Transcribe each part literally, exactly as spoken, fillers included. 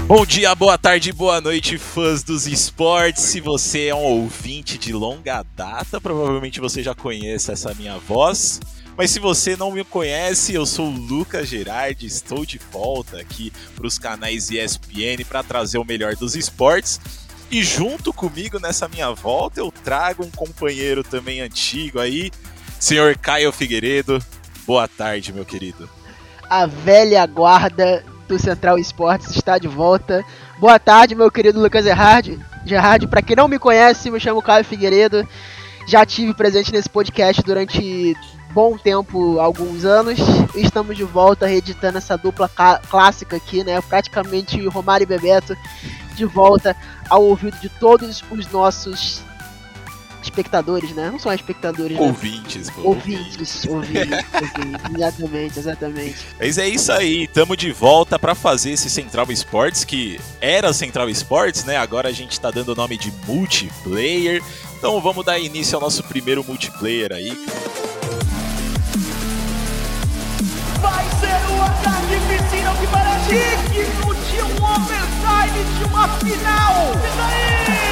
Bom dia, boa tarde, boa noite, fãs dos esportes. Se você é um ouvinte de longa data, provavelmente você já conhece essa minha voz. Mas se você não me conhece, eu sou o Lucas Gerardi, estou de volta aqui para os canais E S P N para trazer o melhor dos esportes. E junto comigo nessa minha volta eu trago um companheiro também antigo aí, senhor Caio Figueiredo. Boa tarde, meu querido. A velha guarda do Central Esportes está de volta. Boa tarde, meu querido Lucas Gerardi. Gerardi, para quem não me conhece, me chamo Caio Figueiredo. Já tive presente nesse podcast durante bom tempo, alguns anos. Estamos de volta reeditando essa dupla clássica aqui, né? Praticamente Romário e Bebeto de volta ao ouvido de todos os nossos espectadores, né? Não são espectadores, ouvintes, né? Ouvintes, ouvintes, ouvintes, ouvintes. Exatamente, exatamente. Mas é isso aí, estamos de volta para fazer esse Central Esportes, que era Central Esportes, né? Agora a gente tá dando o nome de multiplayer. Então vamos dar início ao nosso primeiro multiplayer aí. Vai ser um ataque piscina que parece digno de um overtime de uma final. Isso aí!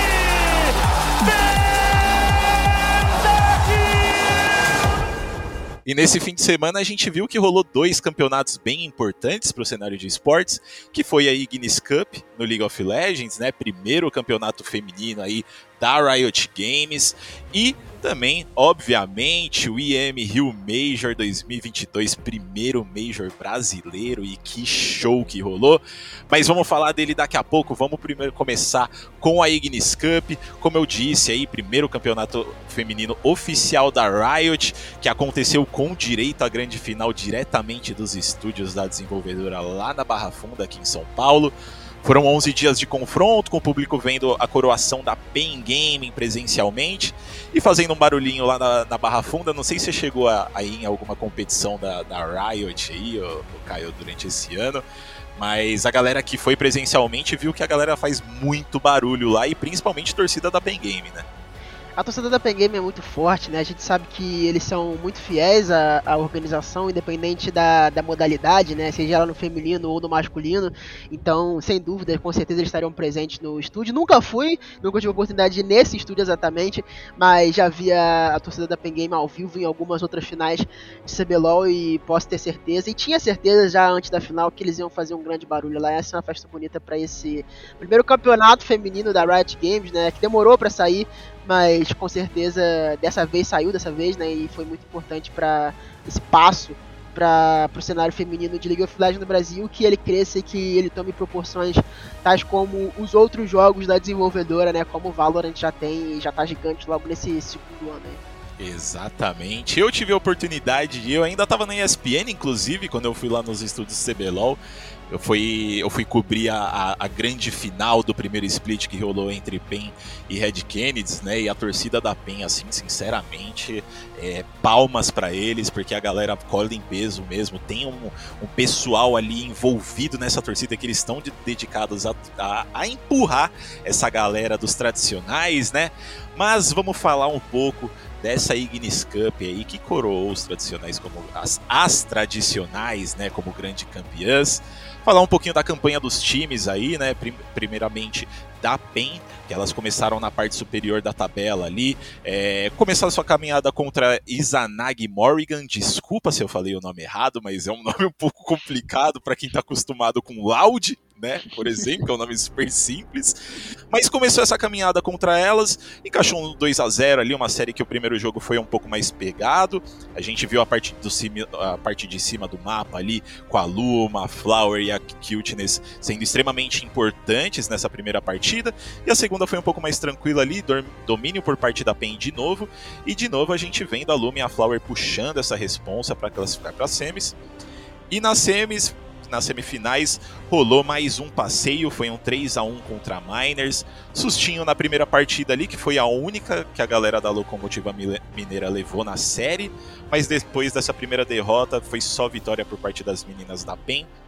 E nesse fim de semana a gente viu que rolou dois campeonatos bem importantes para o cenário de esportes, que foi a Ignis Cup no League of Legends, né? Primeiro campeonato feminino aí da Riot Games, e também, obviamente, o I M Rio Major dois mil e vinte e dois, primeiro Major brasileiro, e que show que rolou. Mas vamos falar dele daqui a pouco. Vamos primeiro começar com a Ignis Cup, como eu disse aí, primeiro campeonato feminino oficial da Riot, que aconteceu com direito à grande final diretamente dos estúdios da desenvolvedora lá na Barra Funda, aqui em São Paulo. Foram onze dias de confronto, com o público vendo a coroação da Pen Gaming presencialmente e fazendo um barulhinho lá na, na Barra Funda. Não sei se você chegou a, a ir em alguma competição da, da Riot aí, o, o Caio, durante esse ano, mas a galera que foi presencialmente viu que a galera faz muito barulho lá, e principalmente a torcida da Pen Gaming, né? A torcida da Pen Game é muito forte, né? A gente sabe que eles são muito fiéis à, à organização, independente da, da modalidade, né? Seja ela no feminino ou no masculino. Então, sem dúvida, com certeza eles estariam presentes no estúdio. Nunca fui, nunca tive a oportunidade de ir nesse estúdio exatamente, mas já vi a, a torcida da Pen Game ao vivo em algumas outras finais de C B L O L e posso ter certeza, e tinha certeza já antes da final, que eles iam fazer um grande barulho lá. Essa é uma festa bonita para esse primeiro campeonato feminino da Riot Games, né? Que demorou para sair, mas com certeza dessa vez saiu dessa vez, né, e foi muito importante para esse passo para o cenário feminino de League of Legends no Brasil, que ele cresça e que ele tome proporções tais como os outros jogos da desenvolvedora, né, como o Valorant já tem e já tá gigante logo nesse segundo ano aí. Exatamente, eu tive a oportunidade, eu ainda estava na E S P N, inclusive, quando eu fui lá nos estúdios C B L O L. Eu fui, eu fui cobrir a, a, a grande final do primeiro split que rolou entre Pen e Red Kennedy, né? E a torcida da Pen, assim, sinceramente, é, palmas pra eles, porque a galera cola em peso mesmo. Tem um, um pessoal ali envolvido nessa torcida, que eles estão de, dedicados a, a, a empurrar essa galera dos tradicionais, né? Mas vamos falar um pouco dessa Ignis Cup aí, que coroou os tradicionais como as, as tradicionais, né, como grande campeãs. Falar um pouquinho da campanha dos times aí, né, primeiramente da Pen, que elas começaram na parte superior da tabela ali, é, começaram sua caminhada contra Izanagi Morrigan. Desculpa se eu falei o nome errado, mas é um nome um pouco complicado para quem está acostumado com Loud, né, por exemplo, que é um nome super simples, mas começou essa caminhada contra elas, encaixou um dois a zero ali, uma série que o primeiro jogo foi um pouco mais pegado. A gente viu a parte, do cima, a parte de cima do mapa ali, com a Luma, a Flower e a Cuteness sendo extremamente importantes nessa primeira partida, e a segunda foi um pouco mais tranquila ali, domínio por parte da Pen de novo, e de novo a gente vendo a Luma e a Flower puxando essa responsa para classificar para semis. E nas semis, nas semifinais, rolou mais um passeio, foi um três a um contra a Miners, sustinho na primeira partida ali, que foi a única que a galera da Locomotiva Mineira levou na série, mas depois dessa primeira derrota foi só vitória por parte das meninas da Pen.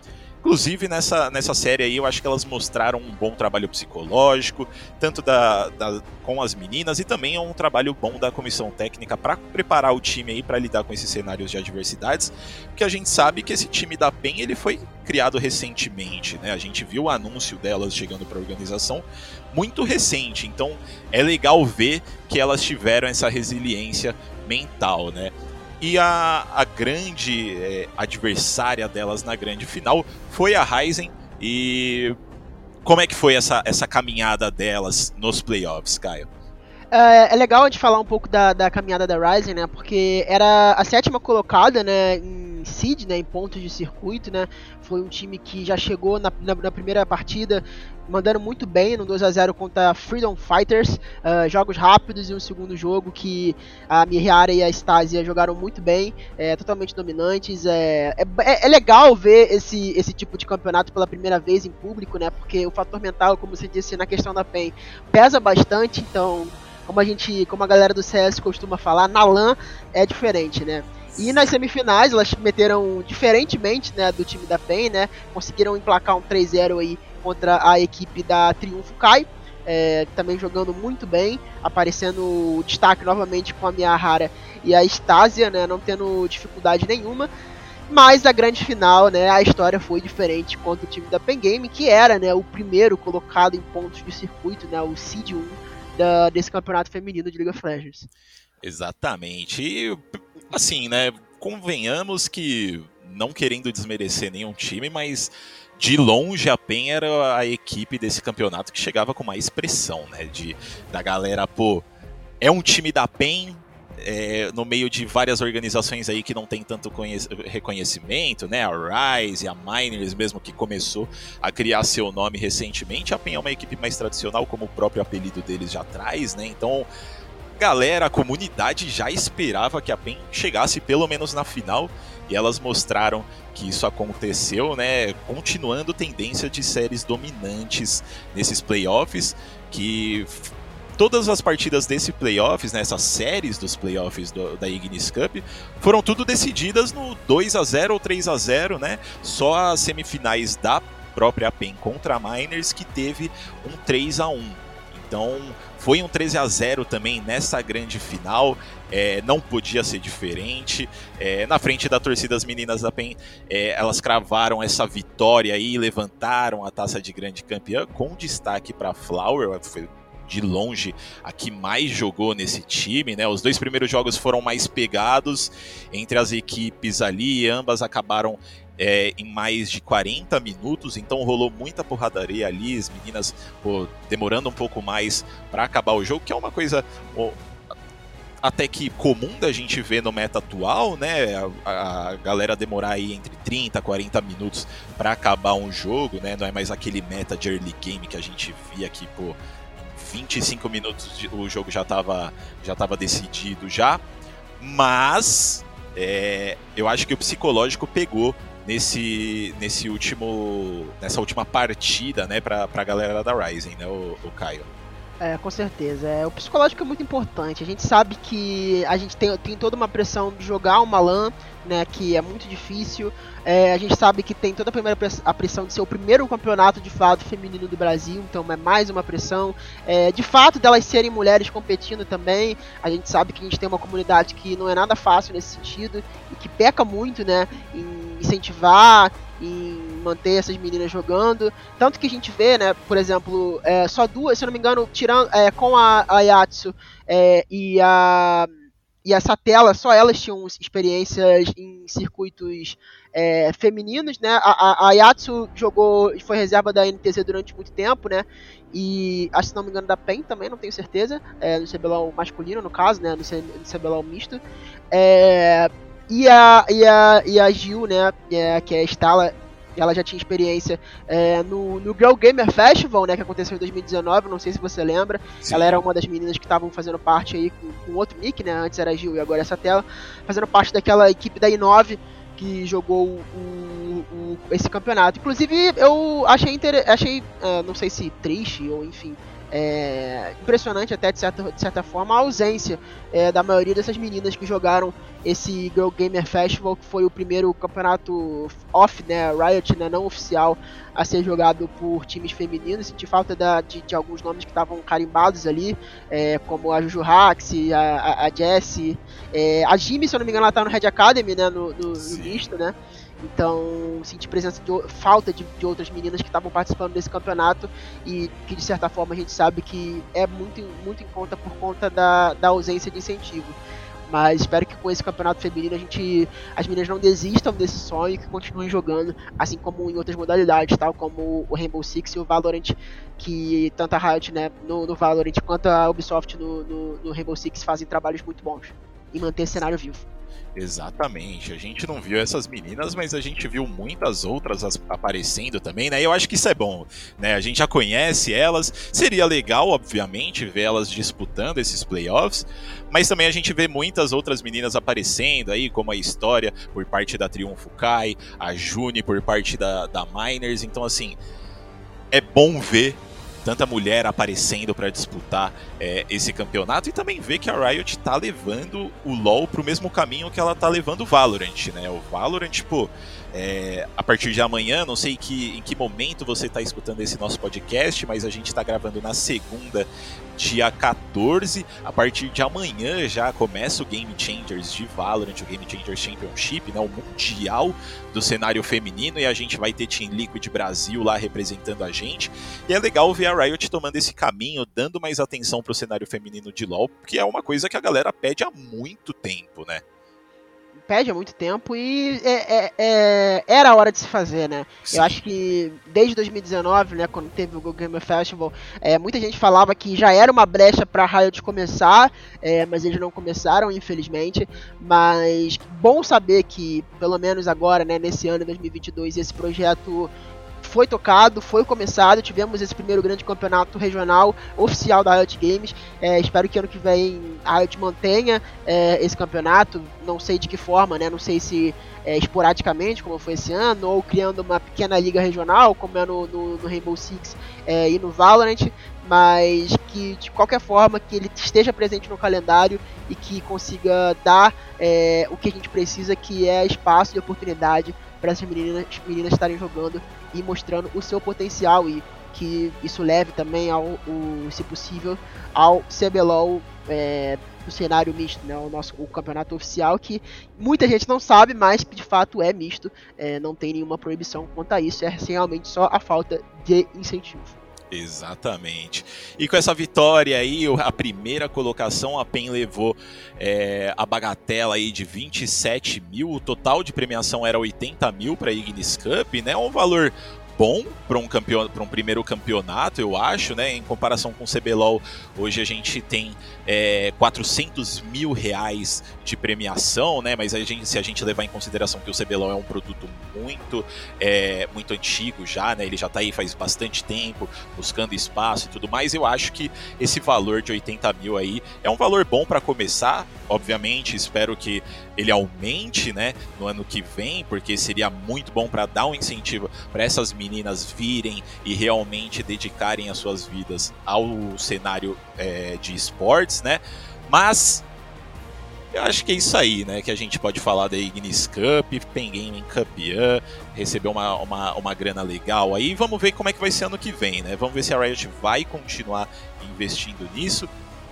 Inclusive, nessa, nessa série aí, eu acho que elas mostraram um bom trabalho psicológico, tanto da, da, com as meninas, e também é um trabalho bom da comissão técnica para preparar o time aí para lidar com esses cenários de adversidades, porque a gente sabe que esse time da P E N ele foi criado recentemente, né? A gente viu o anúncio delas chegando para a organização muito recente, então é legal ver que elas tiveram essa resiliência mental, né? E a, a grande é, adversária delas na grande final foi a Ryzen. E como é que foi essa, essa caminhada delas nos playoffs, Caio? É, é legal a gente falar um pouco da, da caminhada da Ryzen, né? Porque era a sétima colocada, né, em seed, né, em pontos de circuito, né? Foi um time que já chegou na, na, na primeira partida mandando muito bem no dois a zero contra Freedom Fighters, uh, jogos rápidos e um segundo jogo que a Mihiara e a Stasia jogaram muito bem, é, totalmente dominantes. É, é, é legal ver esse, esse tipo de campeonato pela primeira vez em público, né? Porque o fator mental, como você disse na questão da P E N, pesa bastante, então, como a gente, como a galera do C S costuma falar, na LAN é diferente, né? E nas semifinais elas meteram diferentemente, né, do time da P E N, né? Conseguiram emplacar um três a zero aí contra a equipe da Triunfo Kai, é, também jogando muito bem, aparecendo destaque novamente com a Miyahara e a Stasia, né, não tendo dificuldade nenhuma. Mas a grande final, né, a história foi diferente contra o time da Pen Game, que era, né, o primeiro colocado em pontos de circuito, né, o seed um da, desse campeonato feminino de League of Legends. Exatamente. E, assim, né, convenhamos que, não querendo desmerecer nenhum time, mas de longe a P E N era a equipe desse campeonato que chegava com mais pressão, né, de, da galera, pô, é um time da P E N, é, no meio de várias organizações aí que não tem tanto reconhecimento, né, a Rise e a Miners mesmo, que começou a criar seu nome recentemente. A P E N é uma equipe mais tradicional, como o próprio apelido deles já traz, né, então galera, a comunidade já esperava que a P E N chegasse pelo menos na final, e elas mostraram que isso aconteceu, né, continuando tendência de séries dominantes nesses playoffs, que todas as partidas desse playoffs, né, essas séries dos playoffs do, da Ignis Cup, foram tudo decididas no dois a zero ou três a zero, né, só as semifinais da própria P E N contra a Miners que teve um três a um. Então foi um treze a zero também nessa grande final, é, não podia ser diferente. É, na frente da torcida, as meninas da P E N, é, elas cravaram essa vitória aí, levantaram a taça de grande campeã, com destaque para a Flower, foi de longe a que mais jogou nesse time, né? Os dois primeiros jogos foram mais pegados entre as equipes ali, ambas acabaram É, em mais de quarenta minutos, então rolou muita porradaria ali, as meninas pô, demorando um pouco mais para acabar o jogo, que é uma coisa pô, até que comum da gente ver no meta atual, né? A, a galera demorar aí entre trinta a quarenta minutos para acabar um jogo, né? Não é mais aquele meta de early game que a gente via que, pô, vinte e cinco minutos o jogo já estava já tava decidido já, mas é, eu acho que o psicológico pegou nesse, nesse último, nessa última partida, né, pra, pra galera da Ryzen, né, o, o Caio. É, com certeza. É, o psicológico é muito importante. A gente sabe que a gente tem, tem toda uma pressão de jogar uma LAN, né, que é muito difícil. É, a gente sabe que tem toda a, primeira press- a pressão de ser o primeiro campeonato de fato feminino do Brasil, então é mais uma pressão. É, de fato, delas serem mulheres competindo também. A gente sabe que a gente tem uma comunidade que não é nada fácil nesse sentido e que peca muito, né, em incentivar, em manter essas meninas jogando. Tanto que a gente vê, né, por exemplo, é, só duas, se eu não me engano, tirando é, com a, a Yatsu é, e a e a Satella, só elas tinham experiências em circuitos é, femininos, né? A, a, a Yatsu jogou, foi reserva da N T Z durante muito tempo, né? E, acho que se não me engano, da P E N também, não tenho certeza, é, no C B L O L masculino, no caso, né? No, C, no C B L O L misto. É, e, a, e, a, e a Gil, né? É, que é a Stala, ela já tinha experiência é, no, no Girl Gamer Festival, né, que aconteceu em dois mil e dezenove, não sei se você lembra. Sim. Ela era uma das meninas que estavam fazendo parte aí com, com outro nick, né, antes era a Gil e agora essa tela, fazendo parte daquela equipe da I nove que jogou o, o, esse campeonato. Inclusive, eu achei, inter... achei uh, não sei se triste ou enfim, é, impressionante até de certa, de certa forma a ausência é, da maioria dessas meninas que jogaram esse Girl Gamer Festival, que foi o primeiro campeonato off, né, Riot, né, não oficial, a ser jogado por times femininos. Senti falta da, de, de alguns nomes que estavam carimbados ali, é, como a Juju Hax, a, a, a Jessie, é, a Jimmy, se eu não me engano, ela tá no Red Academy, né, no, no, no misto, né. Então, senti presença de falta de, de outras meninas que estavam participando desse campeonato e que, de certa forma, a gente sabe que é muito, muito em conta por conta da, da ausência de incentivo. Mas espero que com esse campeonato feminino a gente, as meninas não desistam desse sonho e que continuem jogando, assim como em outras modalidades, tal como o Rainbow Six e o Valorant, que tanto a Riot, né, no, no Valorant quanto a Ubisoft no, no, no Rainbow Six fazem trabalhos muito bons em manter esse cenário vivo. Exatamente, a gente não viu essas meninas, mas a gente viu muitas outras aparecendo também, né? E eu acho que isso é bom, né? A gente já conhece elas, seria legal, obviamente, ver elas disputando esses playoffs, mas também a gente vê muitas outras meninas aparecendo aí, como a História por parte da Triunfo Kai, a Juni por parte da, da Miners, então assim, é bom ver tanta mulher aparecendo para disputar é, esse campeonato e também ver que a Riot tá levando o LoL pro mesmo caminho que ela tá levando o Valorant, né? O Valorant, tipo, é, a partir de amanhã, não sei que, em que momento você tá escutando esse nosso podcast, mas a gente tá gravando na segunda, dia quatorze, a partir de amanhã já começa o Game Changers de Valorant, o Game Changers Championship, né, o mundial do cenário feminino, e a gente vai ter Team Liquid Brasil lá representando a gente, e é legal ver a Riot tomando esse caminho, dando mais atenção pro cenário feminino de LoL, que é uma coisa que a galera pede há muito tempo, né? Pede há muito tempo e é, é, é, era a hora de se fazer, né? Sim. Eu acho que desde dois mil e dezenove, né, quando teve o Go Gamer Festival, é, muita gente falava que já era uma brecha para a Riot começar, é, mas eles não começaram, infelizmente. Mas bom saber que, pelo menos agora, né, nesse ano de dois mil e vinte e dois, esse projeto foi tocado, foi começado, tivemos esse primeiro grande campeonato regional oficial da Riot Games. É, espero que ano que vem a Riot mantenha é, esse campeonato, não sei de que forma, né? Não sei se é, esporadicamente, como foi esse ano, ou criando uma pequena liga regional, como é no, no, no Rainbow Six é, e no Valorant, mas que de qualquer forma que ele esteja presente no calendário e que consiga dar é, o que a gente precisa, que é espaço e oportunidade para essas meninas, meninas estarem jogando e mostrando o seu potencial, e que isso leve também, ao, o, se possível, ao C B LOL é, no cenário misto, né? O nosso o campeonato oficial, que muita gente não sabe, mas de fato é misto, é, não tem nenhuma proibição quanto a isso, é realmente só a falta de incentivo. Exatamente. E com essa vitória aí, a primeira colocação, a PEN levou é, a bagatela aí de vinte e sete mil, o total de premiação era oitenta mil para a Ignis Cup, né? Um valor bom para um, campeon... um primeiro campeonato, eu acho, né? Em comparação com o C B LOL, hoje a gente tem é, quatrocentos mil reais de premiação, né? Mas a gente, se a gente levar em consideração que o C B LOL é um produto muito, é, muito antigo já, né? Ele já está aí faz bastante tempo, buscando espaço e tudo mais, eu acho que esse valor de oitenta mil aí é um valor bom para começar. Obviamente, espero que ele aumente, né, no ano que vem, porque seria muito bom para dar um incentivo para essas meninas virem e realmente dedicarem as suas vidas ao cenário é, de esportes, né? Mas eu acho que é isso aí, né, que a gente pode falar da Ignis Cup, PEN Gaming campeã, recebeu uma, uma, uma grana legal aí. Vamos ver como é que vai ser ano que vem, né? Vamos ver se a Riot vai continuar investindo nisso.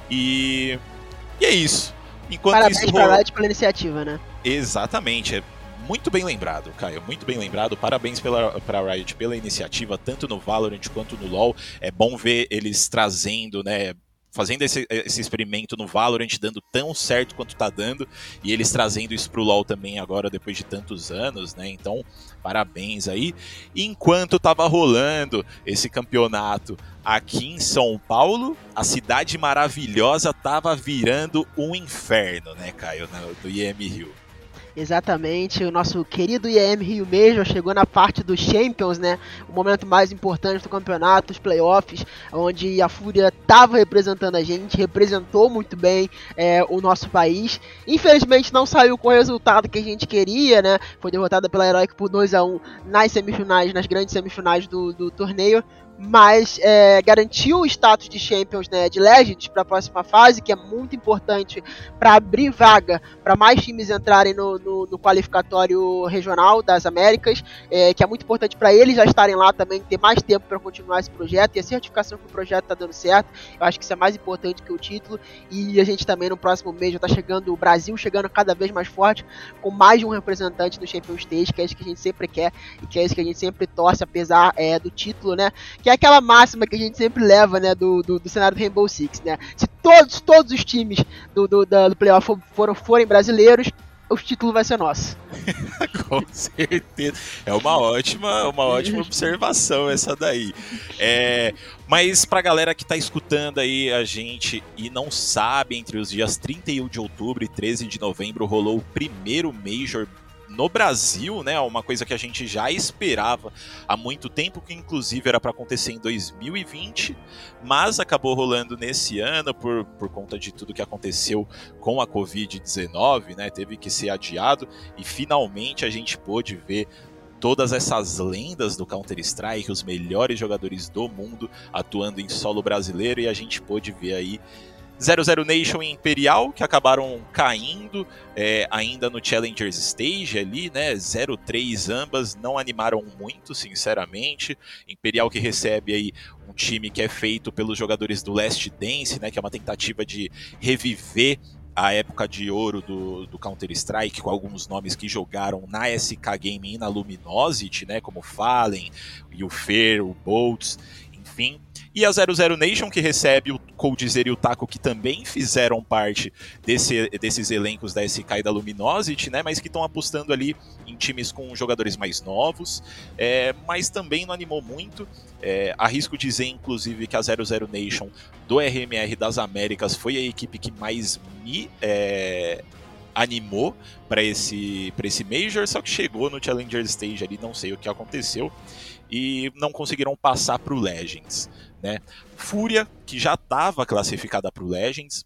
E, e é isso. Enquanto Parabéns isso pra Riot pela iniciativa, né? Exatamente, é muito bem lembrado, Caio, muito bem lembrado. Parabéns pela, pra Riot pela iniciativa, tanto no Valorant quanto no LoL. É bom ver eles trazendo, né, fazendo esse, esse experimento no Valorant, dando tão certo quanto tá dando, e eles trazendo isso pro LoL também agora, depois de tantos anos, né? Então, parabéns aí. E enquanto tava rolando esse campeonato aqui em São Paulo, a cidade maravilhosa tava virando um inferno, né, Caio, do I E M Rio. Exatamente, o nosso querido I E M Rio Major chegou na parte dos Champions, né? O momento mais importante do campeonato, os playoffs, onde a Fúria estava representando a gente, representou muito bem é, o nosso país. Infelizmente não saiu com o resultado que a gente queria, né? Foi derrotada pela Heroic por dois a um nas semifinais, nas grandes semifinais do, do torneio. mas é, garantiu o status de Champions, né, de Legends para a próxima fase, que é muito importante para abrir vaga para mais times entrarem no, no, no qualificatório regional das Américas, é, que é muito importante para eles já estarem lá também, ter mais tempo para continuar esse projeto, e a certificação que o projeto está dando certo, eu acho que isso é mais importante que o título, e a gente também no próximo mês já está chegando, o Brasil chegando cada vez mais forte, com mais de um representante do Champions Stage, que é isso que a gente sempre quer, e que é isso que a gente sempre torce, apesar é, do título, né, que é aquela máxima que a gente sempre leva, né, do, do, do cenário do Rainbow Six, né, se todos, todos os times do, do, da, do playoff foram, forem brasileiros, o título vai ser nosso. Com certeza. É uma ótima, uma ótima observação essa daí. É, mas pra galera que tá escutando aí a gente e não sabe, entre os dias trinta e um de outubro e treze de novembro rolou o primeiro Major no Brasil, né, uma coisa que a gente já esperava há muito tempo, que inclusive era para acontecer em dois mil e vinte, mas acabou rolando nesse ano por, por conta de tudo que aconteceu com a covid dezenove, né, teve que ser adiado, e finalmente a gente pôde ver todas essas lendas do Counter-Strike, os melhores jogadores do mundo atuando em solo brasileiro, e a gente pôde ver aí zero zero Nation e Imperial, que acabaram caindo é, ainda no Challengers Stage ali, né, zero três ambas, não animaram muito, sinceramente. Imperial que recebe aí um time que é feito pelos jogadores do Last Dance, né, que é uma tentativa de reviver a época de ouro do, do Counter-Strike, com alguns nomes que jogaram na S K Gaming e na Luminosity, né, como Fallen, o Fer, o Boltz, enfim. E a zero zero Nation, que recebe o Coldzera e o Taco, que também fizeram parte desse, desses elencos da S K e da Luminosity, né, mas que estão apostando ali em times com jogadores mais novos, é, mas também não animou muito. É, arrisco dizer, inclusive, que a zero zero Nation do R M R das Américas foi a equipe que mais me é, animou para esse, para esse Major, só que chegou no Challenger Stage ali, não sei o que aconteceu, e não conseguiram passar para o Legends, né? Fúria, que já estava classificada para o Legends,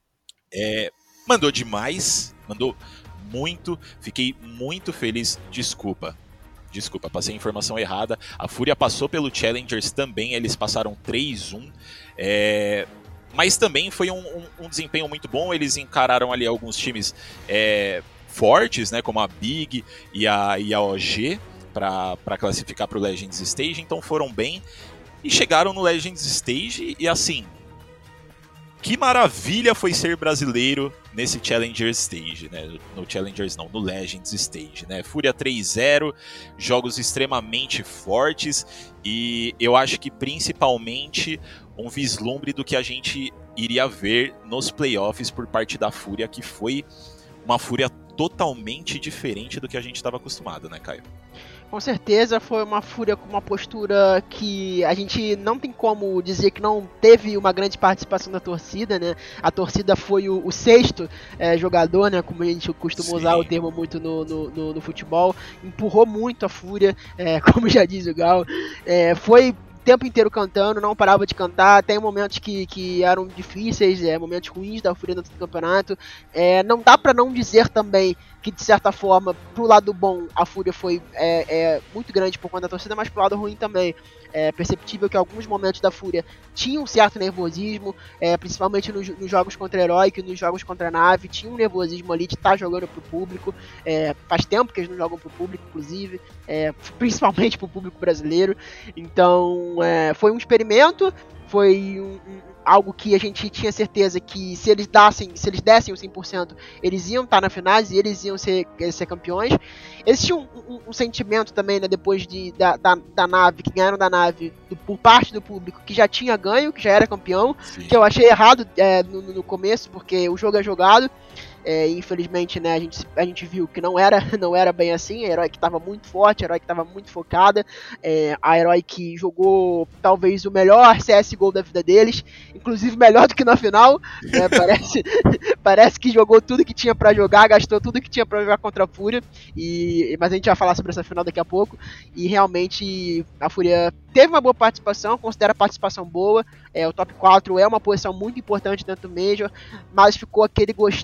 é, mandou demais, mandou muito, fiquei muito feliz, desculpa, desculpa, passei a informação errada, a Fúria passou pelo Challengers também, eles passaram três um, é, mas também foi um, um, um desempenho muito bom, eles encararam ali alguns times é, fortes, né, como a Big e a, e a O G, para classificar para o Legends Stage, então foram bem e chegaram no Legends Stage, e assim, que maravilha foi ser brasileiro nesse Challengers Stage, né? No Challengers não, no Legends Stage, né? Fúria três zero, jogos extremamente fortes, e eu acho que principalmente um vislumbre do que a gente iria ver nos playoffs por parte da Fúria, que foi uma Fúria totalmente diferente do que a gente estava acostumado, né, Caio? Com certeza foi uma Fúria com uma postura que a gente não tem como dizer que não teve uma grande participação da torcida, né? A torcida foi o, o sexto é, jogador, né? Como a gente costuma Sim. usar o termo muito no, no, no, no futebol. Empurrou muito a Fúria, é, como já diz o Gal. É, foi o tempo inteiro cantando, não parava de cantar, tem momentos que, que eram difíceis, é, momentos ruins da Fúria dentro do campeonato. É, não dá pra não dizer também que, de certa forma, pro lado bom, a Fúria foi é, é, muito grande por conta da torcida, mas pro lado ruim também. É perceptível que alguns momentos da Fúria tinham um certo nervosismo, é, principalmente nos, nos jogos contra Heroic e nos jogos contra a Nave, tinha um nervosismo ali de estar tá jogando pro público, é, faz tempo que eles não jogam pro público, inclusive, é, principalmente pro público brasileiro, então é, foi um experimento, foi um, um algo que a gente tinha certeza que se eles dassem, se eles dessem o cem por cento, eles iam estar na finais e eles iam ser, ser campeões. Existia um, um, um sentimento também, né, depois de, da, da, da nave, que ganharam da nave, do, por parte do público, que já tinha ganho, que já era campeão, Sim. que eu achei errado é, no, no começo, porque o jogo é jogado. É, infelizmente, né, a gente, a gente viu que não era, não era bem assim. A Heroic estava muito forte, a Heroic estava muito focada, é, a Heroic jogou talvez o melhor C S G O da vida deles, inclusive melhor do que na final, né, parece, parece que jogou tudo que tinha para jogar, gastou tudo que tinha para jogar contra a Fúria, e, mas a gente vai falar sobre essa final daqui a pouco, e realmente a Fúria teve uma boa participação, considera a participação boa, é, o top quatro é uma posição muito importante dentro do Major, mas ficou aquele gostinho de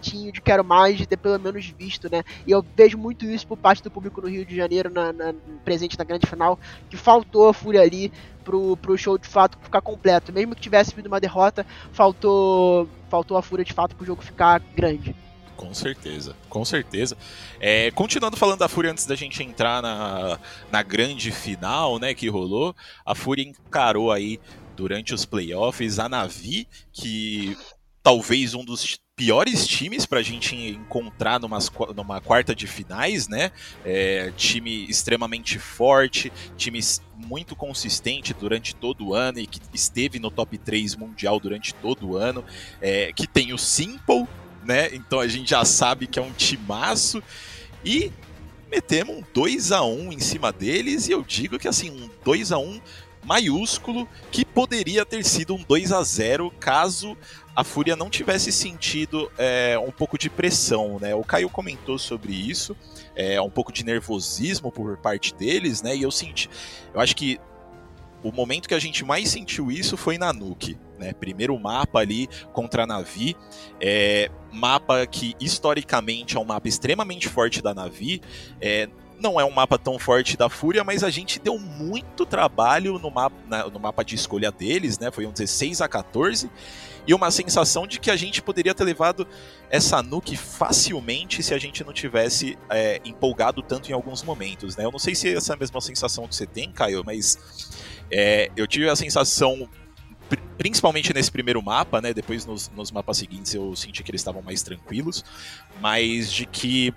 quero mais de ter pelo menos visto, né? E eu vejo muito isso por parte do público no Rio de Janeiro, na, na, presente na grande final, que faltou a Fúria ali pro, pro show de fato ficar completo. Mesmo que tivesse vindo uma derrota, faltou, faltou a Fúria de fato pro jogo ficar grande. Com certeza, com certeza. É, continuando falando da Fúria antes da gente entrar na, na grande final, né, que rolou, a Fúria encarou aí durante os playoffs a Navi, que talvez um dos piores times pra gente encontrar numas, numa quarta de finais, né? É, time extremamente forte, time muito consistente durante todo o ano e que esteve no top três mundial durante todo o ano, é, que tem o Simple, né? Então a gente já sabe que é um timaço e metemos um dois a um em cima deles, e eu digo que assim, um dois a um maiúsculo, que poderia ter sido um dois a zero caso a Fúria não tivesse sentido é, um pouco de pressão, né? O Caio comentou sobre isso, é, um pouco de nervosismo por parte deles, né? E eu senti, eu acho que o momento que a gente mais sentiu isso foi na Nuke, né? Primeiro mapa ali contra a Navi, é, mapa que historicamente é um mapa extremamente forte da Navi, é, não é um mapa tão forte da Fúria, mas a gente deu muito trabalho no mapa, na, no mapa de escolha deles, né? Foi um dezesseis a quatorze, e uma sensação de que a gente poderia ter levado essa Nuke facilmente se a gente não tivesse é, empolgado tanto em alguns momentos, né? Eu não sei se é essa mesma sensação que você tem, Caio, mas é, eu tive a sensação, principalmente nesse primeiro mapa, né? Depois nos, nos mapas seguintes eu senti que eles estavam mais tranquilos, mas de que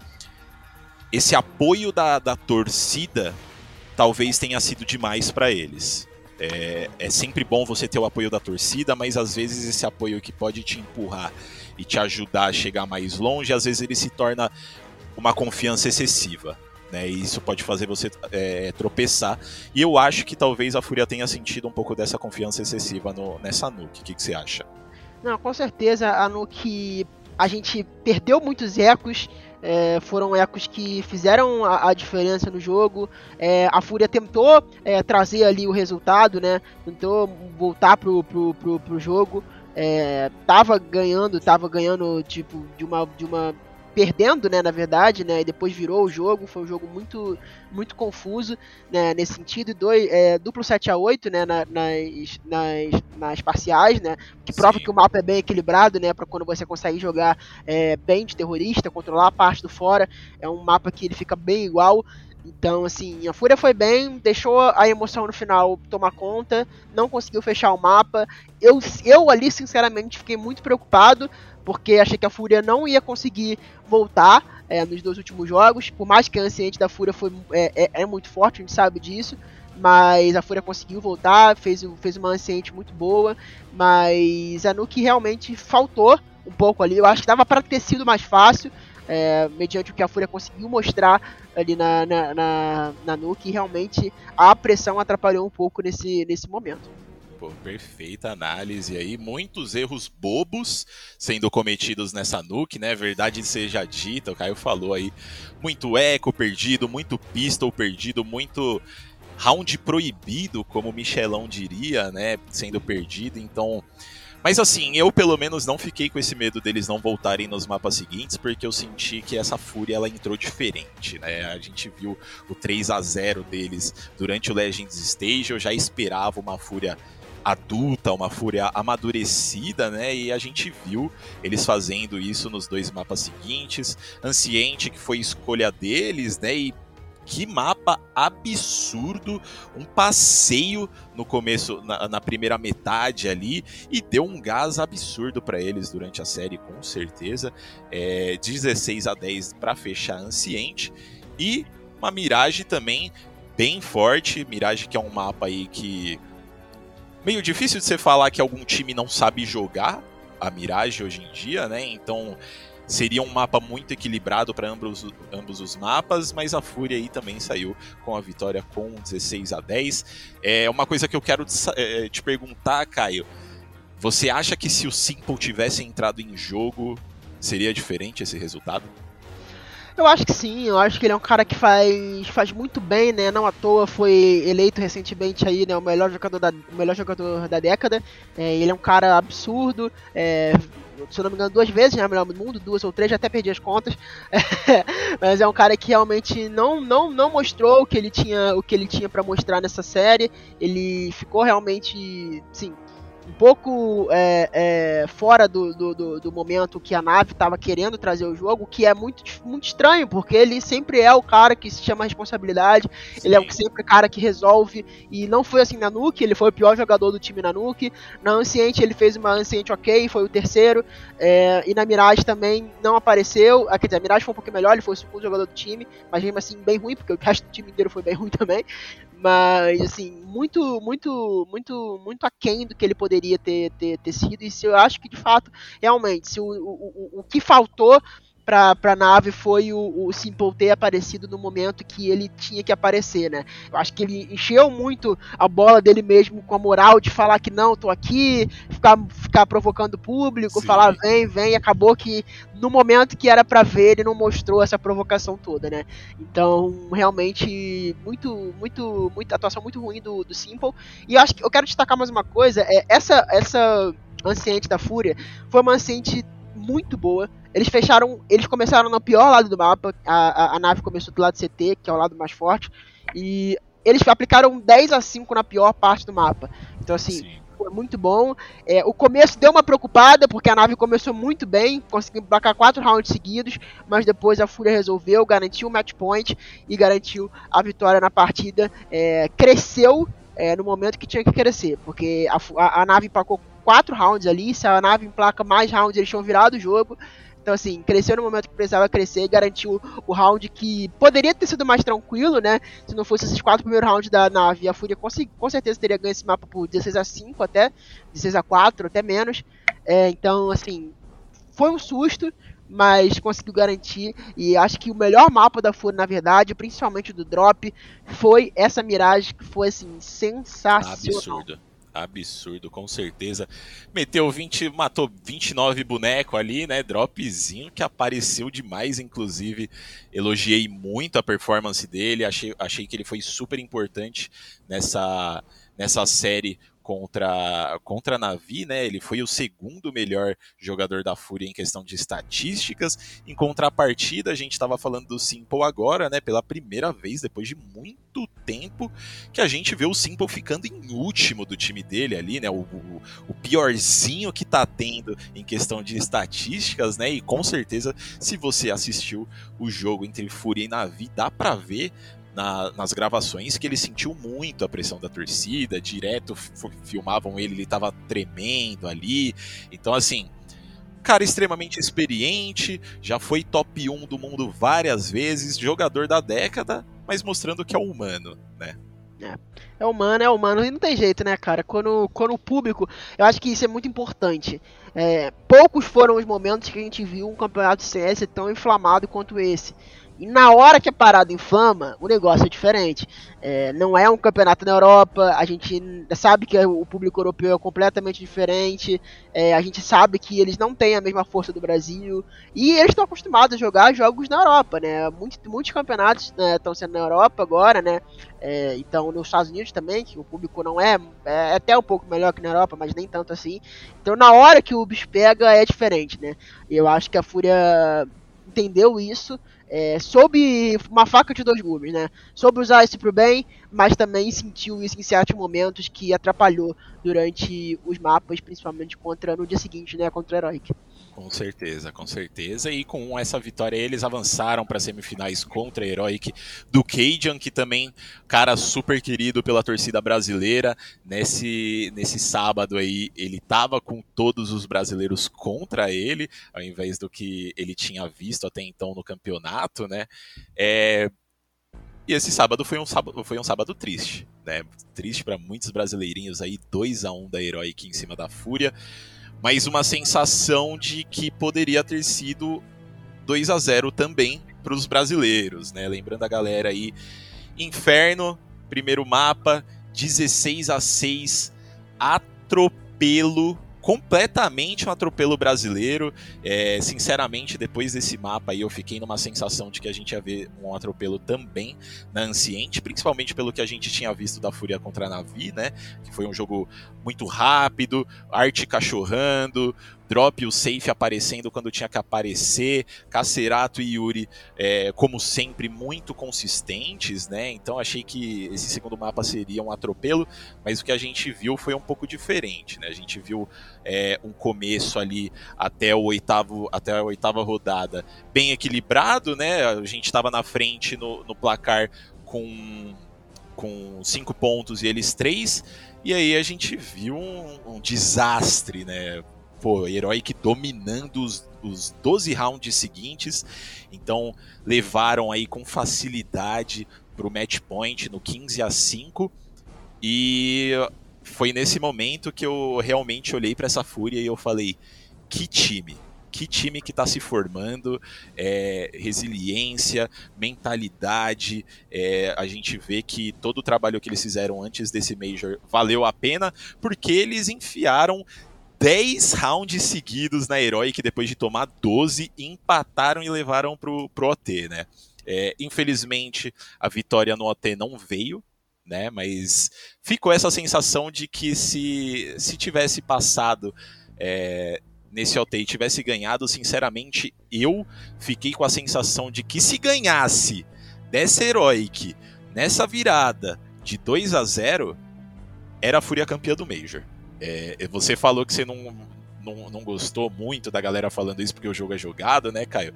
esse apoio da, da torcida talvez tenha sido demais para eles. É, é sempre bom você ter o apoio da torcida, mas às vezes esse apoio que pode te empurrar e te ajudar a chegar mais longe, às vezes ele se torna uma confiança excessiva, né? E isso pode fazer você é, tropeçar. E eu acho que talvez a Fúria tenha sentido um pouco dessa confiança excessiva no, nessa Nuke. O que, que você acha? Não, com certeza a Nuke, a gente perdeu muitos ecos. É, foram ecos que fizeram a, a diferença no jogo. É, a Fúria tentou é, trazer ali o resultado, né? Tentou voltar pro, pro, pro, pro jogo. É, tava ganhando, tava ganhando tipo de uma, de uma perdendo, né, na verdade, né, e depois virou o jogo. Foi um jogo muito, muito confuso, né, nesse sentido. Dois, é, duplo sete a oito, né, na, nas, nas, nas parciais, né, que prova Sim. que o mapa é bem equilibrado, né, para quando você consegue jogar é, bem de terrorista, controlar a parte do fora. É um mapa que ele fica bem igual. Então, assim, a Fúria foi bem, deixou a emoção no final tomar conta, não conseguiu fechar o mapa. Eu, eu ali, sinceramente, fiquei muito preocupado, porque achei que a Fúria não ia conseguir voltar é, nos dois últimos jogos. Por mais que a Anciente da Fúria foi, é, é, é muito forte, a gente sabe disso, mas a Fúria conseguiu voltar, fez, fez uma Anciente muito boa, mas a Nuke realmente faltou um pouco ali. Eu acho que dava para ter sido mais fácil, é, mediante o que a Fúria conseguiu mostrar ali na, na, na, na Nuke, e realmente a pressão atrapalhou um pouco nesse, nesse momento. Pô, perfeita análise aí, muitos erros bobos sendo cometidos nessa Nuke, né? Verdade seja dita, o Caio falou aí, muito eco perdido, muito pistol perdido, muito round proibido, como o Michelão diria, né? Sendo perdido, então... Mas assim, eu pelo menos não fiquei com esse medo deles não voltarem nos mapas seguintes, porque eu senti que essa Fúria ela entrou diferente, né? A gente viu o três a zero deles durante o Legends Stage, eu já esperava uma Fúria adulta, uma Fúria amadurecida, né? E a gente viu eles fazendo isso nos dois mapas seguintes. Anciente, que foi escolha deles, né? E que mapa absurdo, um passeio no começo, na, na primeira metade ali, e deu um gás absurdo para eles durante a série, com certeza. É, dezesseis a dez para fechar Anciente, e uma Mirage também bem forte. Mirage, que é um mapa aí que meio difícil de você falar que algum time não sabe jogar a Mirage hoje em dia, né? Então seria um mapa muito equilibrado para ambos, ambos os mapas, mas a Fúria aí também saiu com a vitória com dezesseis a dez. É uma coisa que eu quero te perguntar, Caio. Você acha que se o Simple tivesse entrado em jogo, seria diferente esse resultado? Eu acho que sim, eu acho que ele é um cara que faz, faz muito bem, né? Não à toa foi eleito recentemente aí, né, o melhor jogador da, o melhor jogador da década. É, ele é um cara absurdo, é, se eu não me engano, duas vezes, né, melhor do mundo, duas ou três, já até perdi as contas. Mas é um cara que realmente não, não, não mostrou o que ele tinha, o que ele tinha para mostrar nessa série. Ele ficou realmente, sim, um pouco é, é, fora do, do, do, do momento que a Navi estava querendo trazer o jogo, que é muito, muito estranho, porque ele sempre é o cara que se chama a responsabilidade, Sim. ele é sempre o cara que resolve, e não foi assim na Nuke, ele foi o pior jogador do time na Nuke. Na Anciente ele fez uma Anciente ok, foi o terceiro, é, e na Mirage também não apareceu, quer dizer, a Mirage foi um pouquinho melhor, ele foi o segundo jogador do time, mas mesmo assim bem ruim, porque o resto do time inteiro foi bem ruim também. Mas, assim, muito, muito, muito, muito aquém do que ele poderia ter, ter, ter sido. E se eu acho que, de fato, realmente, se o, o, o, o que faltou pra, pra nave foi o, o Simple ter aparecido no momento que ele tinha que aparecer, né? Eu acho que ele encheu muito a bola dele mesmo com a moral de falar que não, tô aqui, ficar, ficar provocando o público, Sim. falar vem, vem, e acabou que no momento que era pra ver, ele não mostrou essa provocação toda, né? Então, realmente, muito, muito, muito atuação muito ruim do, do Simple. E eu acho que eu quero destacar mais uma coisa, é essa, essa Anciente da Fúria foi uma Anciente muito boa. Eles fecharam, eles começaram no pior lado do mapa, a, a, a nave começou do lado C T, que é o lado mais forte, e eles aplicaram dez a cinco na pior parte do mapa. Então, assim, Sim. foi muito bom. É, o começo deu uma preocupada, porque a nave começou muito bem, conseguiu emplacar quatro rounds seguidos, mas depois a Fúria resolveu, garantiu o match point e garantiu a vitória na partida. É, cresceu é, no momento que tinha que crescer, porque a, a, a nave emplacou quatro rounds ali, se a nave emplaca mais rounds, eles tinham virado o jogo. Então, assim, cresceu no momento que precisava crescer, garantiu o round que poderia ter sido mais tranquilo, né? Se não fosse esses quatro primeiros rounds da nave, a Fúria com, com certeza teria ganho esse mapa por dezesseis a cinco até, dezesseis a quatro, até menos. É, então, assim, foi um susto, mas conseguiu garantir. E acho que o melhor mapa da Fúria, na verdade, principalmente do drop, foi essa Mirage, que foi, assim, sensacional. Absurdo. Absurdo, com certeza. Meteu vinte, matou vinte e nove bonecos ali, né? Dropzinho que apareceu demais, inclusive. Elogiei muito a performance dele. Achei, achei que ele foi super importante nessa, nessa série contra, contra a Navi, né? Ele foi o segundo melhor jogador da Fúria em questão de estatísticas. Em contrapartida, a gente estava falando do Simple agora, né? Pela primeira vez, depois de muito tempo, que a gente vê o Simple ficando em último do time dele ali, né? O, o, o piorzinho que tá tendo em questão de estatísticas, né? E com certeza, se você assistiu o jogo entre Fúria e Navi, dá pra ver Na, nas gravações que ele sentiu muito a pressão da torcida, direto f- filmavam ele, ele tava tremendo ali. Então, assim, cara extremamente experiente, já foi top um do mundo várias vezes, jogador da década, mas mostrando que é humano, né? É, é humano, é humano, e não tem jeito, né, cara? Quando, quando o público, eu acho que isso é muito importante. É, poucos foram os momentos que a gente viu um campeonato C S tão inflamado quanto esse. E na hora que a parada inflama, o negócio é diferente. É, não é um campeonato na Europa, a gente sabe que o público europeu é completamente diferente, é, a gente sabe que eles não têm a mesma força do Brasil, e eles estão acostumados a jogar jogos na Europa, né? Muitos, muitos campeonatos estão, né, sendo na Europa agora, né? É, então nos Estados Unidos também, que o público não é, é até um pouco melhor que na Europa, mas nem tanto assim. Então na hora que o bicho pega é diferente, né? Eu acho que a Fúria entendeu isso, é, soube uma faca de dois gumes, né? Soube usar isso pro bem, mas também sentiu isso em certos momentos que atrapalhou durante os mapas, principalmente contra no dia seguinte, né? Contra o Heroic. Com certeza, com certeza. E com essa vitória eles avançaram para semifinais contra a Heroic do Cajun, que também, cara, super querido pela torcida brasileira. Nesse, nesse sábado aí, ele tava com todos os brasileiros contra ele, ao invés do que ele tinha visto até então no campeonato, né? É... E esse sábado foi um sábado, foi um sábado triste, né? Triste para muitos brasileirinhos aí, dois a um da Heroic em cima da Fúria. Mas uma sensação de que poderia ter sido dois a zero também para os brasileiros, né? Lembrando a galera aí, Inferno, primeiro mapa, dezesseis a seis, atropelo, completamente um atropelo brasileiro. É, sinceramente, depois desse mapa aí eu fiquei numa sensação de que a gente ia ver um atropelo também na Anciente, principalmente pelo que a gente tinha visto da Fúria contra a Navi, né? Que foi um jogo muito rápido, arte cachorrando, Drop e o Safe aparecendo quando tinha que aparecer, Cacerato e Yuri, é, como sempre, muito consistentes, né? Então achei que esse segundo mapa seria um atropelo, mas o que a gente viu foi um pouco diferente, né? A gente viu é, um começo ali até, o oitavo, até a oitava rodada bem equilibrado, né? A gente estava na frente no, no placar com, com cinco pontos e eles três, e aí a gente viu um, um desastre, né? Pô, Heroic dominando os, os doze rounds seguintes, então levaram aí com facilidade pro match point no quinze a cinco, e foi nesse momento que eu realmente olhei para essa Fúria e eu falei, que time, que time que está se formando, é, resiliência, mentalidade, é, a gente vê que todo o trabalho que eles fizeram antes desse Major valeu a pena, porque eles enfiaram dez rounds seguidos na Heroic depois de tomar doze, empataram e levaram pro, pro O T, né? É, infelizmente, a vitória no O T não veio, né? Mas ficou essa sensação de que se, se tivesse passado é, nesse O T e tivesse ganhado, sinceramente, eu fiquei com a sensação de que se ganhasse dessa Heroic, nessa virada de dois a zero, era a Fúria campeã do Major. É, você falou que você não, não, não gostou muito da galera falando isso porque o jogo é jogado, né, Caio?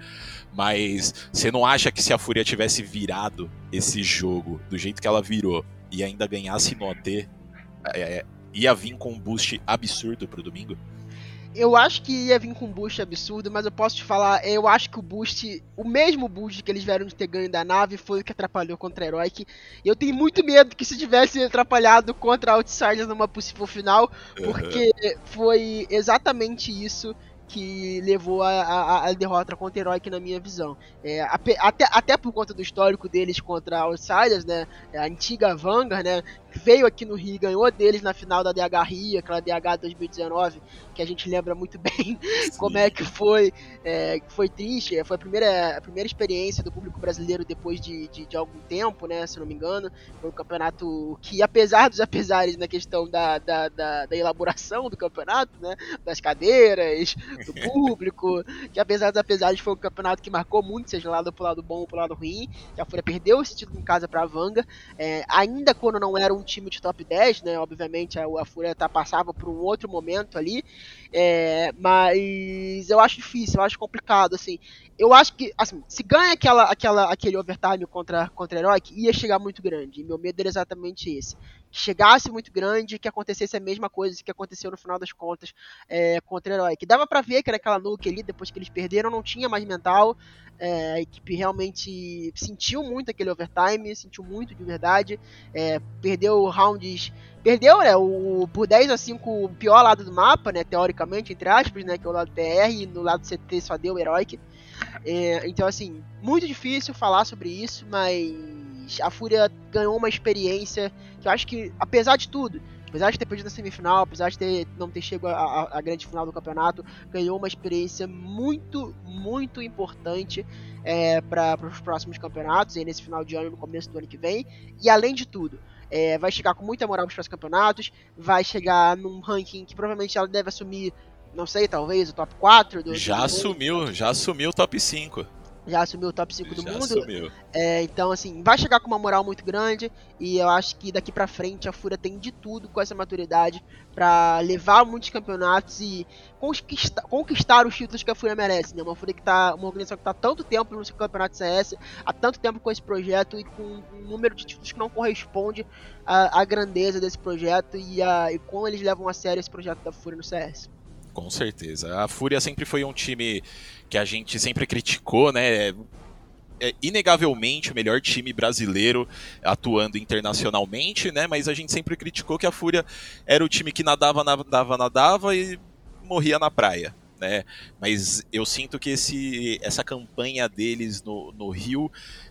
Mas você não acha que se a Fúria tivesse virado esse jogo do jeito que ela virou e ainda ganhasse no O T, é, ia vir com um boost absurdo pro domingo? Eu acho que ia vir com um boost absurdo, mas eu posso te falar, eu acho que o boost, o mesmo boost que eles vieram de ter ganho da nave foi o que atrapalhou contra a Heroic. Eu tenho muito medo que se tivesse atrapalhado contra a Outsiders numa possível final, porque uhum. foi exatamente isso que levou a, a, a derrota contra a Heroic na minha visão. É, até, até por conta do histórico deles contra a Outsiders, né, a antiga Vanguard, né, veio aqui no Rio e ganhou deles na final da D H Rio, aquela D H dois mil e dezenove, que a gente lembra muito bem como é que foi, é, foi triste, foi a primeira, a primeira experiência do público brasileiro depois de, de, de algum tempo, né, se não me engano, foi um campeonato que, apesar dos apesares na questão da, da, da, da elaboração do campeonato, né, das cadeiras, do público, que apesar dos apesares foi um campeonato que marcou muito, seja lá pro lado bom ou pro lado ruim, que a Fúria perdeu esse título em casa pra Vanguard, é, ainda quando não era um time de top dez, né, obviamente a, a Fúria tá, passava por um outro momento ali, é, mas eu acho difícil, eu acho complicado, assim, eu acho que, assim, se ganha aquela, aquela, aquele overtime contra, contra a Heroic, ia chegar muito grande, e meu medo era exatamente esse, que chegasse muito grande, que acontecesse a mesma coisa que aconteceu no final das contas é, contra a Heroic. Dava pra ver que era aquela nuke ali, depois que eles perderam, não tinha mais mental, é, a equipe realmente sentiu muito aquele overtime, sentiu muito de verdade, é, perdeu rounds, perdeu, né, o, por dez a cinco o pior lado do mapa, né, teoricamente, entre aspas, né, que é o lado P R, e no lado C T só deu o Heroic, é, então assim, muito difícil falar sobre isso, mas a Fúria ganhou uma experiência que eu acho que, apesar de tudo, apesar de ter perdido na semifinal, apesar de ter, não ter chegado à grande final do campeonato, ganhou uma experiência muito, muito importante é, para os próximos campeonatos, aí nesse final de ano e no começo do ano que vem, e além de tudo, é, vai chegar com muita moral para os próximos campeonatos, vai chegar num ranking que provavelmente ela deve assumir, não sei, talvez o top quatro do, já do assumiu, mundo. já assumiu o top cinco. Já assumiu o top cinco do já mundo. Assumiu. É, então, assim, vai chegar com uma moral muito grande. E eu acho que daqui pra frente a Fúria tem de tudo com essa maturidade pra levar muitos campeonatos e conquistar, conquistar os títulos que a Fúria merece, né? Uma Fúria que tá. Uma organização que tá há tanto tempo no seu campeonato C S, há tanto tempo com esse projeto e com um número de títulos que não corresponde à, à grandeza desse projeto e, a, e como eles levam a sério esse projeto da Fúria no C S. Com certeza. A Fúria sempre foi um time que a gente sempre criticou, né? É inegavelmente o melhor time brasileiro atuando internacionalmente, né? Mas a gente sempre criticou que a Fúria era o time que nadava, nadava, nadava e morria na praia, né? Mas eu sinto que esse, essa campanha deles no, no Rio,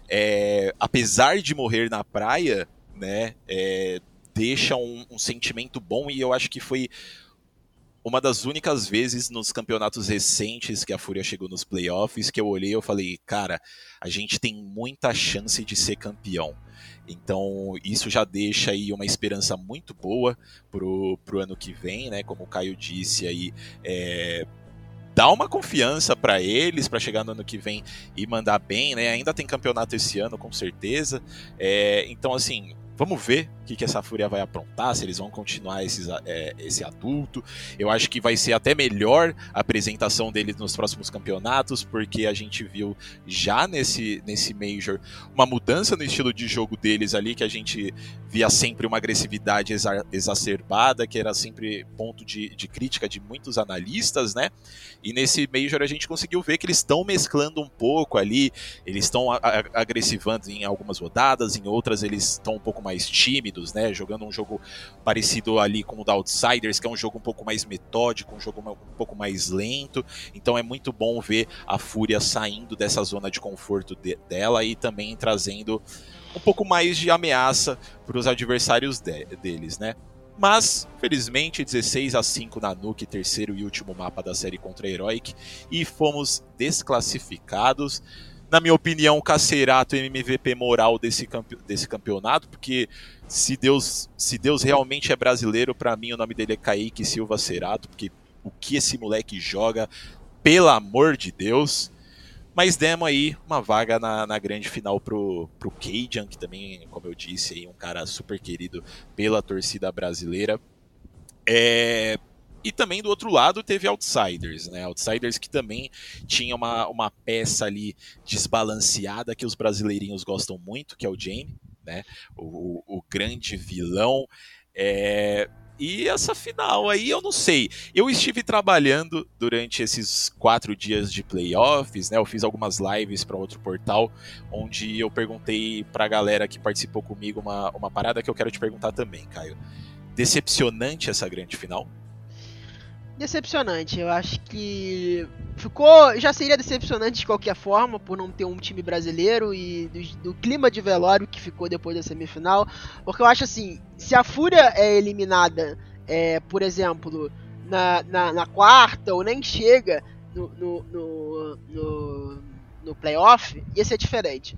é, apesar de morrer na praia, né? É, deixa um, um sentimento bom e eu acho que foi uma das únicas vezes nos campeonatos recentes que a Fúria chegou nos playoffs que eu olhei e eu falei, cara, a gente tem muita chance de ser campeão. Então isso já deixa aí uma esperança muito boa pro, pro ano que vem, né? Como o Caio disse aí, é, dá uma confiança para eles, para chegar no ano que vem e mandar bem, né? Ainda tem campeonato esse ano, com certeza. É, então, assim, vamos ver o que, que essa Fúria vai aprontar, se eles vão continuar esses, é, esse adulto. Eu acho que vai ser até melhor a apresentação deles nos próximos campeonatos, porque a gente viu já nesse, nesse Major uma mudança no estilo de jogo deles ali, que a gente via sempre uma agressividade exa- exacerbada, que era sempre ponto de, de crítica de muitos analistas, né? E nesse Major a gente conseguiu ver que eles estão mesclando um pouco ali, eles estão agressivando em algumas rodadas, em outras eles estão um pouco mais tímidos, né? Jogando um jogo parecido ali com o da Outsiders, que é um jogo um pouco mais metódico, um jogo um pouco mais lento. Então é muito bom ver a Fúria saindo dessa zona de conforto de, dela e também trazendo um pouco mais de ameaça para os adversários de, deles, né? Mas, felizmente, dezesseis a cinco na Nuke, terceiro e último mapa da série contra a Heroic, e fomos desclassificados. Na minha opinião, o Cacerato é o M V P moral desse, campe- desse campeonato, porque se Deus, se Deus realmente é brasileiro, para mim o nome dele é Kaique Silva Cerato, porque o que esse moleque joga, pelo amor de Deus. Mas demos aí uma vaga na, na grande final pro, pro Cajun, que também, como eu disse, aí, um cara super querido pela torcida brasileira. É... E também do outro lado teve Outsiders, né? Outsiders que também tinha uma, uma peça ali desbalanceada que os brasileirinhos gostam muito, que é o Jamie, né? O, o, o grande vilão. É... E essa final aí, eu não sei. Eu estive trabalhando durante esses quatro dias de playoffs, né? Eu fiz algumas lives para outro portal, onde eu perguntei pra galera que participou comigo uma, uma parada que eu quero te perguntar também, Caio. Decepcionante essa grande final? Decepcionante, eu acho que ficou, já seria decepcionante de qualquer forma, por não ter um time brasileiro e do, do clima de velório que ficou depois da semifinal, porque eu acho assim, se a Fúria é eliminada, é, por exemplo, na, na, na quarta ou nem chega no, no, no, no, no playoff, ia ser diferente.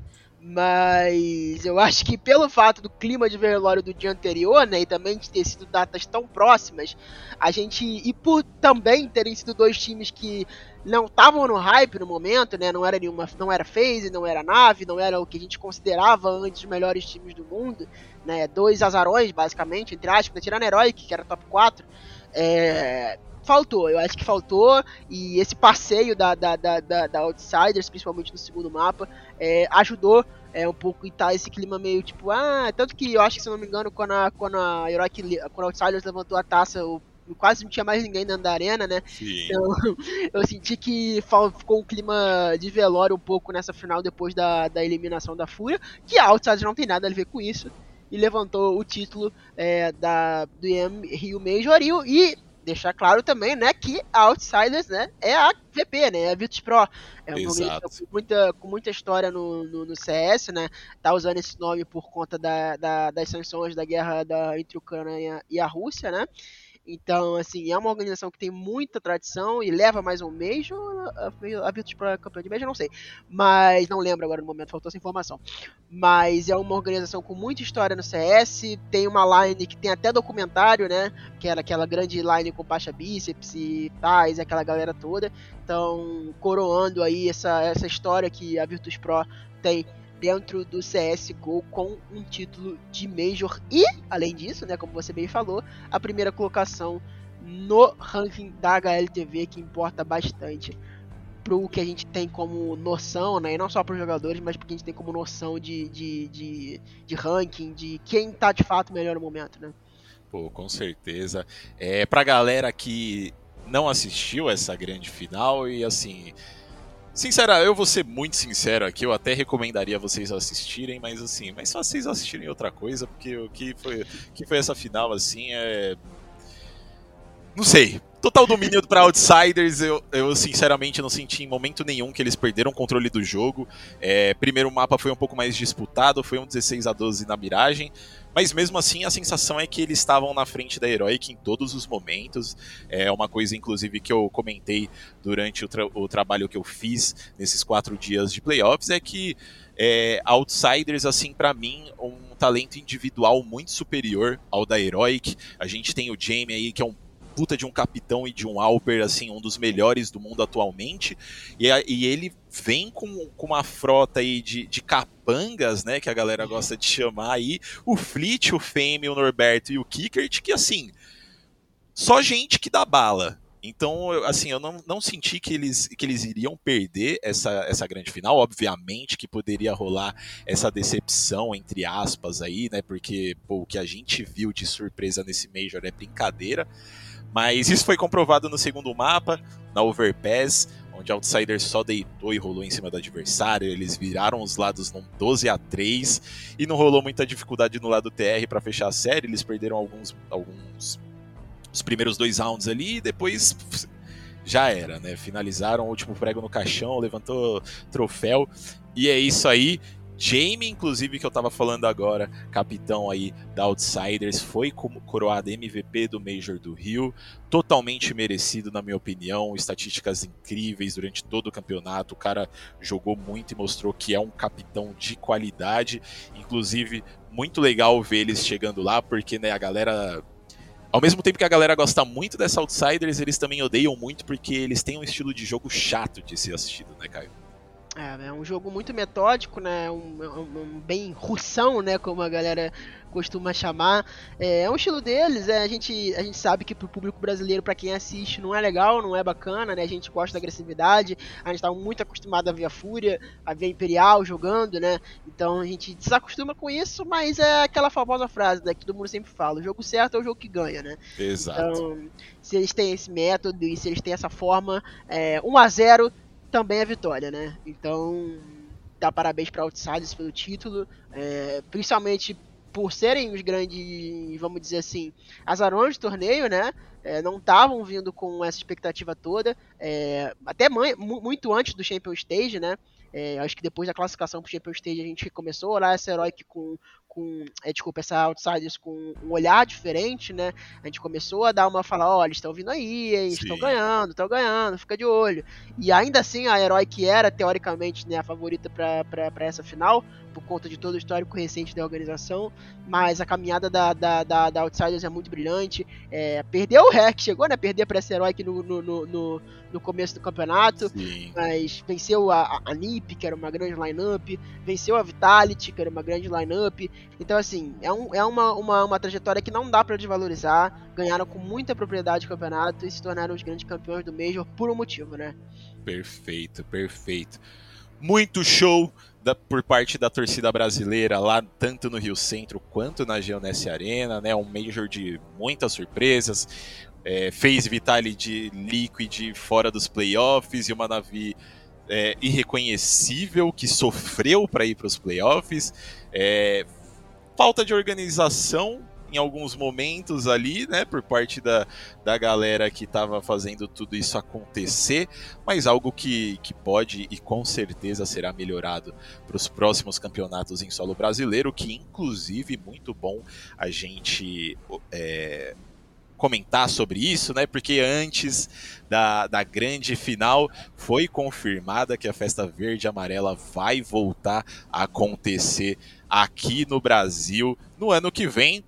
Mas eu acho que pelo fato do clima de velório do dia anterior, né, e também de ter sido datas tão próximas, a gente, e por também terem sido dois times que não estavam no hype no momento, né, não era nenhuma, não era FaZe, não era Nave, não era o que a gente considerava antes os melhores times do mundo, né, dois azarões basicamente, entre aspas, tirando a Heroic, que era top quatro, é... faltou, eu acho que faltou, e esse passeio da, da, da, da, da Outsiders, principalmente no segundo mapa, é, ajudou é, um pouco e tá esse clima meio tipo, ah, tanto que eu acho que, se eu não me engano, quando a, quando a Heroic, quando a Outsiders levantou a taça, eu, quase não tinha mais ninguém dentro da arena, né? Sim. Então, eu senti que ficou um clima de velório um pouco nessa final depois da, da eliminação da Fúria, que a Outsiders não tem nada a ver com isso, e levantou o título é, da, do I M Rio Major, e, e deixar claro também, né, que a Outsiders, né, é a V P, né, é a Virtus Pro. É uma organização com muita, com muita história no, no, no C S, né, tá usando esse nome por conta da, da, das sanções da guerra da, entre a Ucrânia e a Rússia, né. Então, assim, é uma organização que tem muita tradição e leva mais um Major. A Virtus Pro é campeã de Major, não sei. Mas, não lembro agora no momento, faltou essa informação. Mas é uma organização com muita história no C S. Tem uma line que tem até documentário, né? Que era aquela grande line com Pacha Bíceps e Tais, aquela galera toda. Então, coroando aí essa, essa história que a Virtus Pro tem dentro do C S G O com um título de Major e, além disso, né, como você bem falou, a primeira colocação no ranking da H L T V, que importa bastante pro que a gente tem como noção, né, e não só para os jogadores, mas porque a gente tem como noção de, de, de, de ranking, de quem tá de fato melhor no momento, né? Pô, com certeza. É, pra galera que não assistiu essa grande final e assim... Sincera, eu vou ser muito sincero aqui, eu até recomendaria vocês assistirem, mas assim, mas só vocês assistirem outra coisa, porque o que foi, que foi essa final, assim, é... Não sei, total domínio para Outsiders, eu, eu sinceramente não senti em momento nenhum que eles perderam o controle do jogo. É, primeiro mapa foi um pouco mais disputado, foi um dezesseis a doze na miragem, mas mesmo assim a sensação é que eles estavam na frente da Heroic em todos os momentos. É uma coisa, inclusive, que eu comentei durante o, tra- o trabalho que eu fiz nesses quatro dias de playoffs, é que é, Outsiders, assim, pra mim, um talento individual muito superior ao da Heroic. A gente tem o Jamie aí, que é um puta de um capitão e de um Alper, assim, um dos melhores do mundo atualmente, e, a, e ele vem com, com uma frota aí de, de capangas, né, que a galera gosta de chamar aí, o Fleet, o Fame, o Norberto e o Kickert, que assim, só gente que dá bala. Então, assim, eu não, não senti que eles, que eles iriam perder essa, essa grande final. Obviamente que poderia rolar essa decepção, entre aspas, aí, né? Porque pô, o que a gente viu de surpresa nesse Major é brincadeira. Mas isso foi comprovado no segundo mapa, na Overpass, onde a Outsiders só deitou e rolou em cima do adversário. Eles viraram os lados num doze a três e não rolou muita dificuldade no lado T R para fechar a série. Eles perderam alguns... alguns os primeiros dois rounds ali, e depois já era, né? Finalizaram o último prego no caixão, levantou troféu, e é isso aí. Jamie, inclusive, que eu tava falando agora, capitão aí da Outsiders, foi coroado M V P do Major do Rio, totalmente merecido, na minha opinião, estatísticas incríveis durante todo o campeonato. O cara jogou muito e mostrou que é um capitão de qualidade, inclusive muito legal ver eles chegando lá, porque, né, a galera... Ao mesmo tempo que a galera gosta muito dessa Outsiders, eles também odeiam muito porque eles têm um estilo de jogo chato de ser assistido, né, Caio? É, é um jogo muito metódico, né? Um, um, um bem russão, né? Como a galera costuma chamar. É, é um estilo deles, é, a, gente, a gente sabe que pro público brasileiro, pra quem assiste, não é legal, não é bacana, né? A gente gosta da agressividade, a gente tá muito acostumado a ver a Fúria, a ver a Imperial jogando, né? Então a gente desacostuma com isso, mas é aquela famosa frase, né? Que todo mundo sempre fala, o jogo certo é o jogo que ganha, né? Exato. Então, se eles têm esse método e se eles têm essa forma, é, um a zero também é vitória, né? Então, dá parabéns para Outsiders pelo título, é, principalmente por serem os grandes, vamos dizer assim, azarões do torneio, né? É, não estavam vindo com essa expectativa toda, é, até muito antes do Champion Stage, né? É, acho que depois da classificação para o Champion Stage a gente começou a olhar essa Heroic com, com é, desculpa, essa Outsiders com um olhar diferente, né? A gente começou a dar uma fala, ó, oh, eles estão vindo aí, eles estão ganhando, estão ganhando, fica de olho. E ainda assim a Heroic era, teoricamente, né, a favorita para essa final, por conta de todo o histórico recente da organização, mas a caminhada da, da, da, da Outsiders é muito brilhante. É, perdeu o Hack, chegou, né, perder para essa Heroic no, no, no, no começo do campeonato, Sim. mas venceu a, a N I P, que era uma grande lineup, venceu a Vitality, que era uma grande lineup. Então, assim, é, um, é uma, uma, uma trajetória que não dá para desvalorizar. Ganharam com muita propriedade o campeonato e se tornaram os grandes campeões do Major por um motivo, né? Perfeito, perfeito. Muito show da, por parte da torcida brasileira lá, tanto no Rio Centro quanto na Geonesse Arena, né? Um Major de muitas surpresas. É, fez Vitaly de Liquid fora dos playoffs e uma Navi é, irreconhecível que sofreu para ir para os playoffs. É, falta de organização em alguns momentos ali, né, por parte da, da galera que estava fazendo tudo isso acontecer, mas algo que, que pode e com certeza será melhorado para os próximos campeonatos em solo brasileiro, que inclusive muito bom a gente é, comentar sobre isso, né, porque antes da, da grande final foi confirmada que a Festa Verde e Amarela vai voltar a acontecer aqui no Brasil no ano que vem.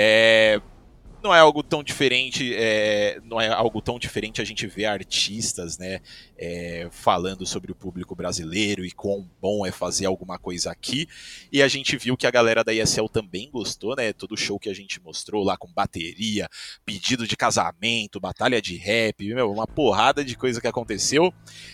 É, não é algo tão diferente, é, não é algo tão diferente a gente ver artistas, né, é, falando sobre o público brasileiro e quão bom é fazer alguma coisa aqui. E a gente viu que a galera da E S L também gostou, né? Todo show que a gente mostrou lá com bateria, pedido de casamento, batalha de rap, meu, uma porrada de coisa que aconteceu.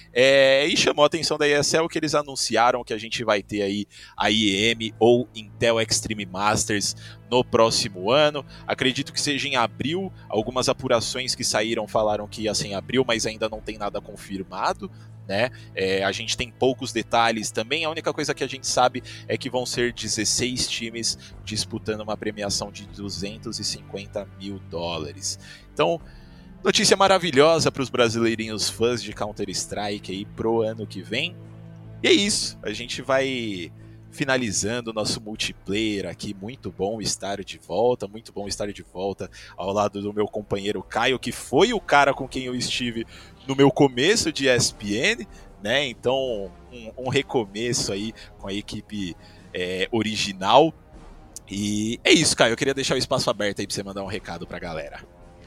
É, e chamou a atenção da E S L que eles anunciaram que a gente vai ter aí a I E M ou Intel Extreme Masters no próximo ano. Acredito que seja em abril. Algumas apurações que saíram falaram que ia ser em abril, mas ainda não tem nada confirmado, né? É, a gente tem poucos detalhes também. A única coisa que a gente sabe é que vão ser dezesseis times disputando uma premiação de duzentos e cinquenta mil dólares. Então, notícia maravilhosa para os brasileirinhos fãs de Counter-Strike aí pro ano que vem. E é isso, a gente vai finalizando o nosso multiplayer aqui. Muito bom estar de volta, muito bom estar de volta ao lado do meu companheiro Caio, que foi o cara com quem eu estive no meu começo de E S P N, né? Então, um, um recomeço aí com a equipe é, original. E é isso, Caio, eu queria deixar o espaço aberto aí para você mandar um recado para a galera.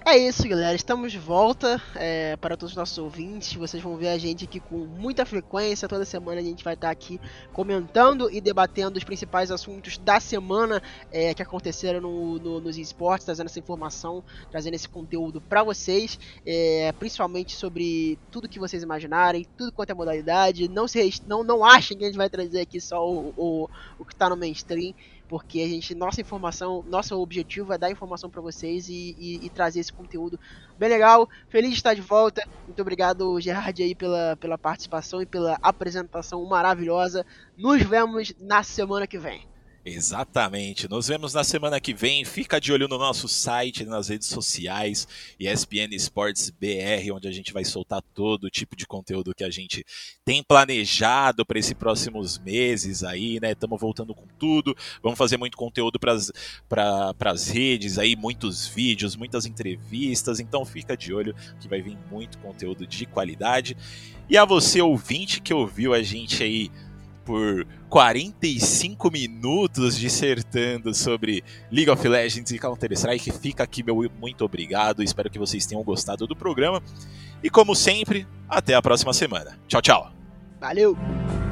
É isso, galera. Estamos de volta. É, para todos os nossos ouvintes, vocês vão ver a gente aqui com muita frequência. Toda semana a gente vai estar aqui comentando e debatendo os principais assuntos da semana é, que aconteceram no, no, nos esportes, trazendo essa informação, trazendo esse conteúdo para vocês, é, principalmente sobre tudo que vocês imaginarem, tudo quanto é modalidade. Não se não, não achem que a gente vai trazer aqui só o, o, o que está no mainstream, porque a gente, nossa informação, nosso objetivo é dar informação para vocês e, e, e trazer esse conteúdo bem legal. Feliz de estar de volta. Muito obrigado, Gerard, aí pela, pela participação e pela apresentação maravilhosa. Nos vemos na semana que vem. Exatamente, nos vemos na semana que vem. Fica de olho no nosso site, nas redes sociais, E S P N Esportes B R, onde a gente vai soltar todo tipo de conteúdo que a gente tem planejado para esses próximos meses aí, né? Estamos voltando com tudo, vamos fazer muito conteúdo para as redes aí, muitos vídeos, muitas entrevistas, então fica de olho que vai vir muito conteúdo de qualidade. E a você, ouvinte, que ouviu a gente aí por quarenta e cinco minutos dissertando sobre League of Legends e Counter-Strike, fica aqui meu muito obrigado, espero que vocês tenham gostado do programa, e como sempre, até a próxima semana. Tchau, tchau! Valeu!